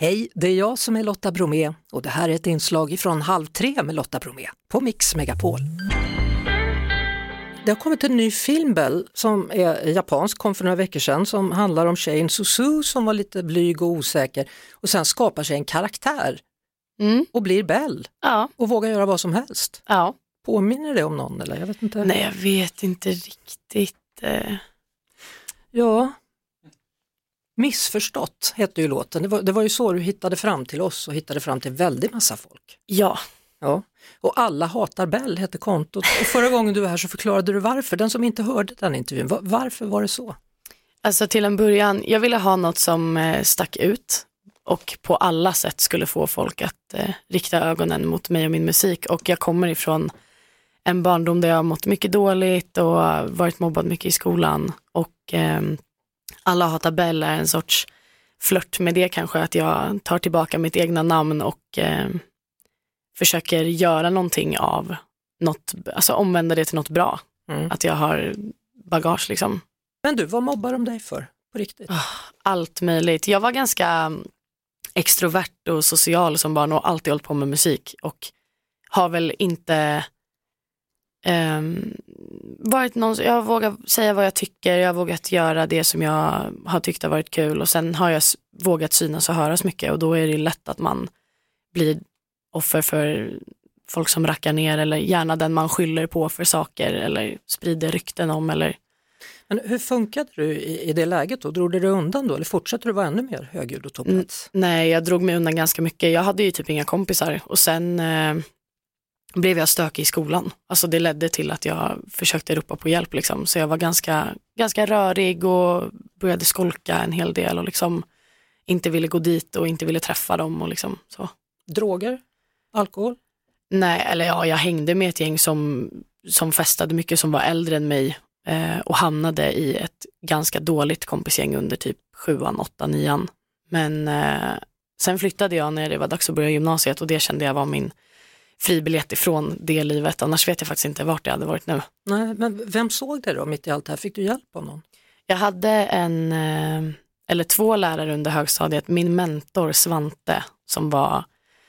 Hej, det är jag som är Lotta Bromé och det här är ett inslag från 2:30 med Lotta Bromé på Mix Megapol. Det har kommit en ny film, Bell, som är japansk, kom för några veckor sedan, som handlar om tjejen Suzu som var lite blyg och osäker och sen skapar sig en karaktär och blir Bell och vågar göra vad som helst. Ja. Påminner det om någon eller? Jag vet inte. Nej, jag vet inte riktigt. Ja, Missförstått heter ju låten. Det var ju så du hittade fram till oss och hittade fram till väldigt massa folk. Ja. Ja. Och Alla hatar Bell heter kontot. Och förra gången du var här så förklarade du varför. Den som inte hörde den intervjun, varför var det så? Alltså till en början, jag ville ha något som stack ut och på alla sätt skulle få folk att rikta ögonen mot mig och min musik. Och jag kommer ifrån en barndom där jag har mått mycket dåligt och varit mobbad mycket i skolan. Och Alla hatar Bell är en sorts flört med det kanske, att jag tar tillbaka mitt egna namn och försöker göra någonting av något, alltså omvända det till något bra. Att jag har bagage liksom. Men du, vad mobbar de dig för på riktigt? Allt möjligt. Jag var ganska extrovert och social som barn och alltid hållit på med musik och har väl inte varit någon, jag vågar säga vad jag tycker, jag har vågat göra det som jag har tyckt har varit kul och sen har jag vågat synas och höras mycket och då är det lätt att man blir offer för folk som rackar ner eller gärna den man skyller på för saker eller sprider rykten om eller. Men hur funkade du i det läget då? Drog du dig undan då eller fortsatte du vara ännu mer högljudd och topplats? Nej, jag drog mig undan ganska mycket. Jag hade ju typ inga kompisar och sen blev jag stökig i skolan. Alltså det ledde till att jag försökte ropa på hjälp liksom. Så jag var ganska rörig och började skolka en hel del och liksom inte ville gå dit och inte ville träffa dem och liksom så. Droger? Alkohol? Nej, eller ja, jag hängde med ett gäng som festade mycket som var äldre än mig och hamnade i ett ganska dåligt kompisgäng under typ 7:an, 8:an, 9:an. Men sen flyttade jag när det var dags att börja gymnasiet och det kände jag var min fribiljett ifrån det livet. Annars vet jag faktiskt inte vart jag hade varit nu. Nej, men vem såg det då mitt i allt det här? Fick du hjälp av någon? Jag hade en eller 2 lärare under högstadiet. Min mentor Svante som var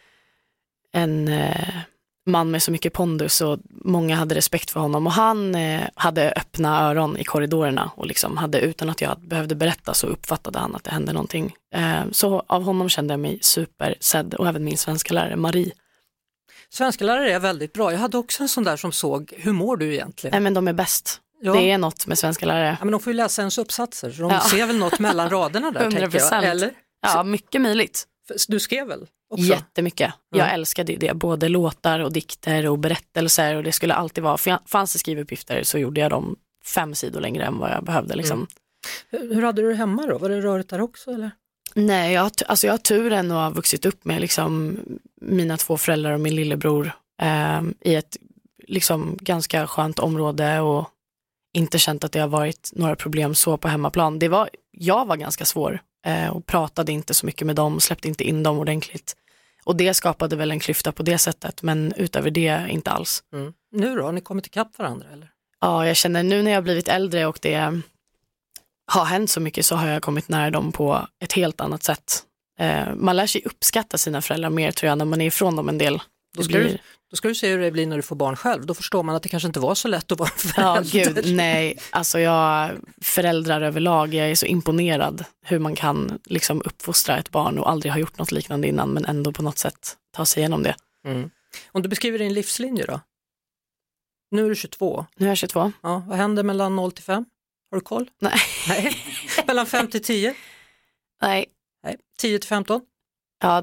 en man med så mycket pondus och många hade respekt för honom och han hade öppna öron i korridorerna och liksom hade, utan att jag behövde berätta så uppfattade han att det hände någonting. Så av honom kände jag mig supersedd och även min svenska lärare Marie. Svenska lärare är väldigt bra. Jag hade också en sån där som såg, hur mår du egentligen? Nej men de är bäst. Ja. Det är något med svenska lärare. Ja, men de får ju läsa ens uppsatser så de ser väl något mellan raderna där 100%. tänker jag, eller? Ja, mycket möjligt. Du skrev väl också? Jättemycket. Jag älskade det. Både låtar och dikter och berättelser och det skulle alltid vara, fanns det skrivuppgifter så gjorde jag dem 5 sidor längre än vad jag behövde liksom. Hur hade du det hemma då? Var det rörigt där också eller? Nej, jag har turen och har vuxit upp med liksom mina 2 föräldrar och min lillebror i ett liksom ganska skönt område och inte känt att det har varit några problem så på hemmaplan. Jag var ganska svår och pratade inte så mycket med dem, släppte inte in dem ordentligt. Och det skapade väl en klyfta på det sättet, men utöver det inte alls. Nu då, har ni kommit ikapp varandra eller? Ja, jag känner nu när jag har blivit äldre och det har hänt så mycket så har jag kommit nära dem på ett helt annat sätt. Man lär sig uppskatta sina föräldrar mer tror jag när man är ifrån dem en del. Då ska du se hur det blir när du får barn själv. Då förstår man att det kanske inte var så lätt att vara förälder. Ja, gud, nej. Alltså föräldrar överlag, jag är så imponerad hur man kan liksom uppfostra ett barn och aldrig ha gjort något liknande innan men ändå på något sätt ta sig igenom det. Om du beskriver din livslinje då? Nu är du 22. Nu är jag 22. Ja, vad händer mellan 0 till 5? Har du koll? Nej. Mellan 5 till 10? Nej. 10 till 15? Ja,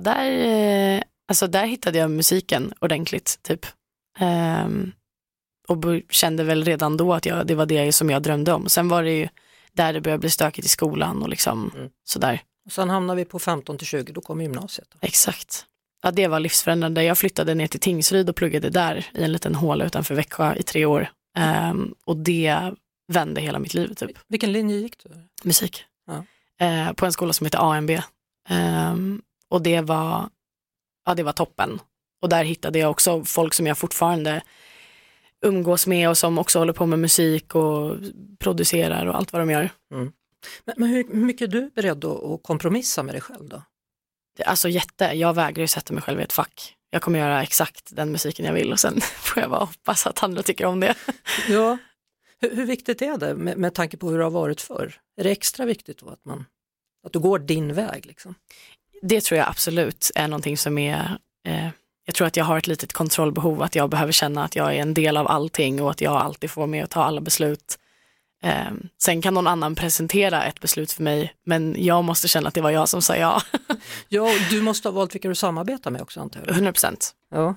där hittade jag musiken ordentligt typ. Och kände väl redan då att det var det som jag drömde om. Sen var det ju där det började bli stökigt i skolan och liksom sådär. Och sen hamnar vi på 15 till 20, då kommer gymnasiet. Då. Exakt. Ja, det var livsförändrande. Jag flyttade ner till Tingsryd och pluggade där i en liten håla utanför Växjö i 3 år. Och det vände hela mitt liv typ. Vilken linje gick du? Musik. Ja. På en skola som heter AMB. Och det var toppen. Och där hittade jag också folk som jag fortfarande umgås med och som också håller på med musik och producerar och allt vad de gör. Men hur mycket är du beredd att kompromissa med dig själv då? Alltså jag vägrar ju sätta mig själv i ett fack. Jag kommer göra exakt den musiken jag vill och sen får jag bara hoppas att andra tycker om det. Ja, hur viktigt är det med tanke på hur det har varit förr? Är det extra viktigt då att du går din väg liksom? Det tror jag absolut är någonting som är... jag tror att jag har ett litet kontrollbehov, att jag behöver känna att jag är en del av allting och att jag alltid får vara med och ta alla beslut. Sen kan någon annan presentera ett beslut för mig, men jag måste känna att det var jag som sa ja. Ja, du måste ha valt vilka du samarbetar med också, antar jag. 100%. Ja.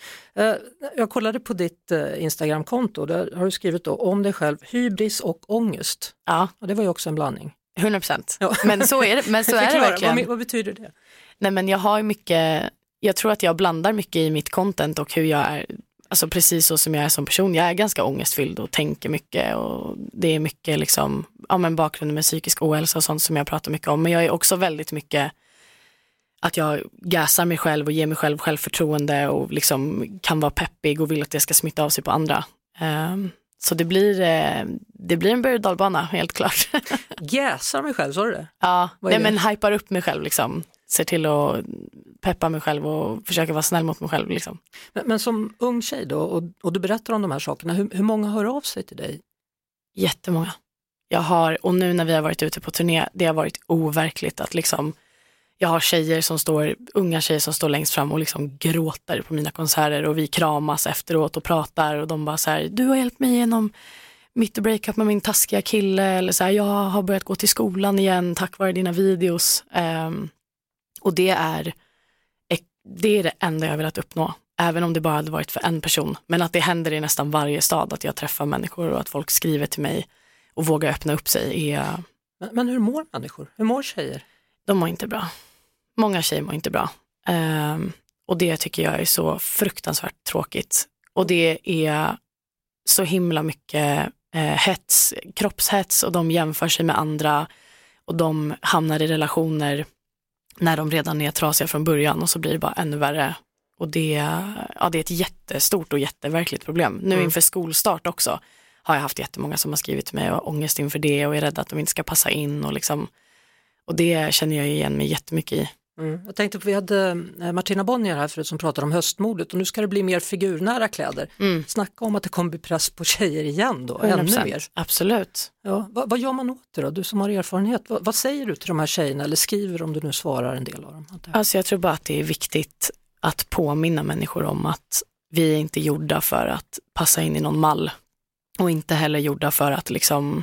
Jag kollade på ditt Instagram-konto, där har du skrivit då om dig själv, hybris och ångest. Ja. Och det var ju också en blandning. 100%. Ja. Men så är det, verkligen. Vad betyder det? Nej, men jag har mycket, jag tror att jag blandar mycket i mitt content och hur jag är, alltså precis så som jag är som person. Jag är ganska ångestfylld och tänker mycket och det är mycket liksom, ja men bakgrunden med psykisk ohälsa och sånt som jag pratar mycket om. Men jag är också väldigt mycket att jag gasar mig själv och ger mig själv självförtroende och liksom kan vara peppig och vill att det ska smitta av sig på andra. Så det blir en berg- och dalbana, helt klart. Gasar mig själv, sa du det? Ja, men hypar upp mig själv liksom. Ser till att peppa mig själv och försöka vara snäll mot mig själv liksom. Men som ung tjej då, och du berättar om de här sakerna, hur många hör av sig till dig? Jättemånga. Och nu när vi har varit ute på turné, det har varit overkligt att liksom, jag har unga tjejer som står längst fram och liksom gråter på mina konserter och vi kramas efteråt och pratar och de bara så här: du har hjälpt mig igenom mitt breakup med min taskiga kille, eller så här, jag har börjat gå till skolan igen tack vare dina videos. Och det är det enda jag velat uppnå, även om det bara hade varit för en person. Men att det händer i nästan varje stad, att jag träffar människor och att folk skriver till mig och vågar öppna upp sig. Men hur mår människor? Hur mår tjejer? De mår inte bra. Många tjejer mår inte bra. Och det tycker jag är så fruktansvärt tråkigt. Och det är så himla mycket kroppshets, och de jämför sig med andra och de hamnar i relationer när de redan är trasiga från början och så blir det bara ännu värre. Och det är ett jättestort och jätteverkligt problem. Nu inför skolstart också har jag haft jättemånga som har skrivit till mig och ångest inför det och är rädda att de inte ska passa in och det känner jag igen mig jättemycket i. Jag tänkte på, vi hade Martina Bonnier här förut som pratade om höstmodet och nu ska det bli mer figurnära kläder. Snacka om att det kommer bli press på tjejer igen då, 100%. Ännu mer. Absolut. Ja, vad gör man åt det då? Du som har erfarenhet, vad säger du till de här tjejerna eller skriver om du nu svarar en del av dem? Alltså jag tror bara att det är viktigt att påminna människor om att vi är inte gjorda för att passa in i någon mall och inte heller gjorda för att liksom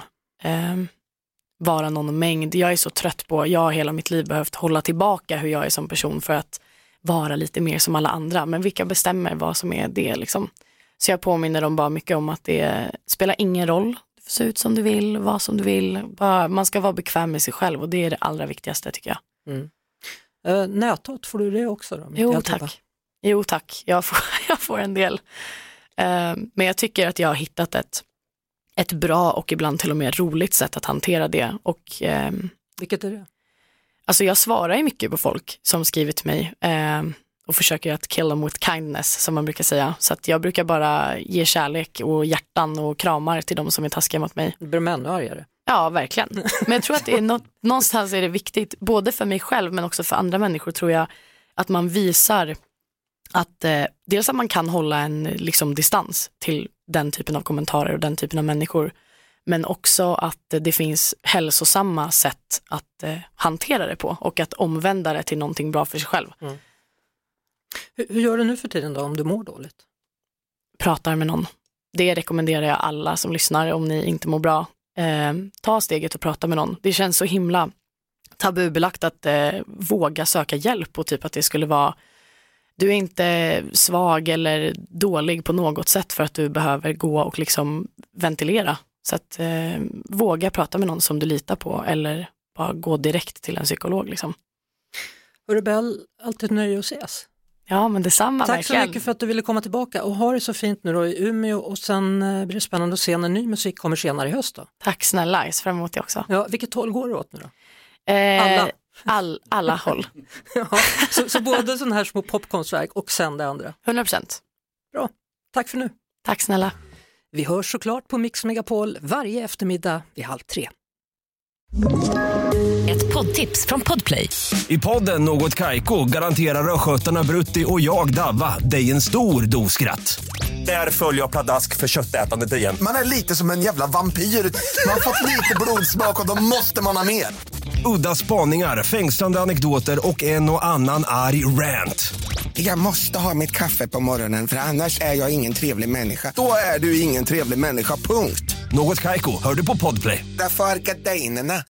vara någon mängd. Jag är så trött på, jag har hela mitt liv behövt hålla tillbaka hur jag är som person för att vara lite mer som alla andra. Men vilka bestämmer vad som är det liksom? Så jag påminner dem bara mycket om att det spelar ingen roll. Du får se ut som du vill, vad som du vill. Man ska vara bekväm med sig själv och det är det allra viktigaste tycker jag. Näthat, får du det också då? Jo tack, jag får en del. Men jag tycker att jag har hittat ett bra och ibland till och med roligt sätt att hantera det. Och, vilket är det? Alltså jag svarar ju mycket på folk som skriver till mig och försöker att kill them with kindness som man brukar säga. Så att jag brukar bara ge kärlek och hjärtan och kramar till de som är taskiga mot mig. Det blir ännu argare. Ja, verkligen. Men jag tror att det är någonstans är det viktigt, både för mig själv men också för andra människor tror jag, att man visar att dels att man kan hålla en liksom distans till den typen av kommentarer och den typen av människor, men också att det finns hälsosamma sätt att hantera det på och att omvända det till någonting bra för sig själv. Hur gör du nu för tiden då om du mår dåligt? Pratar med någon. Det rekommenderar jag alla som lyssnar om ni inte mår bra. Ta steget och prata med någon. Det känns så himla tabubelagt att våga söka hjälp och typ att det skulle vara, du är inte svag eller dålig på något sätt för att du behöver gå och liksom ventilera. Så att våga prata med någon som du litar på eller bara gå direkt till en psykolog liksom. Hörru Bell, alltid nöje att ses. Ja, men detsamma. Tack verkligen. Så mycket för att du ville komma tillbaka och ha det så fint nu då i Umeå och sen blir det spännande att se när ny musik kommer senare i höst då. Tack snälla, jag ser fram emot det också. Ja, vilket håll går det åt nu då? Alla håll. Ja, så både sådana här små popkonstverk och sen det andra. 100%. Bra, tack för nu. Tack snälla. Vi hörs såklart på Mix Megapol varje eftermiddag vid 14:30. Ett poddtips från Podplay. I podden Något Kaiko garanterar röskötarna Brutti och jag Davva dig en stor doskratt. Där följer jag pladask för köttätandet igen. Man är lite som en jävla vampyr. Man har fått lite blodsmak och då måste man ha mer. Udda spaningar, fängslande anekdoter och en och annan arg rant. Jag måste ha mitt kaffe på morgonen för annars är jag ingen trevlig människa. Då är du ingen trevlig människa, punkt. Något Kaiko, hör du på Podplay. Därför är gardinerna.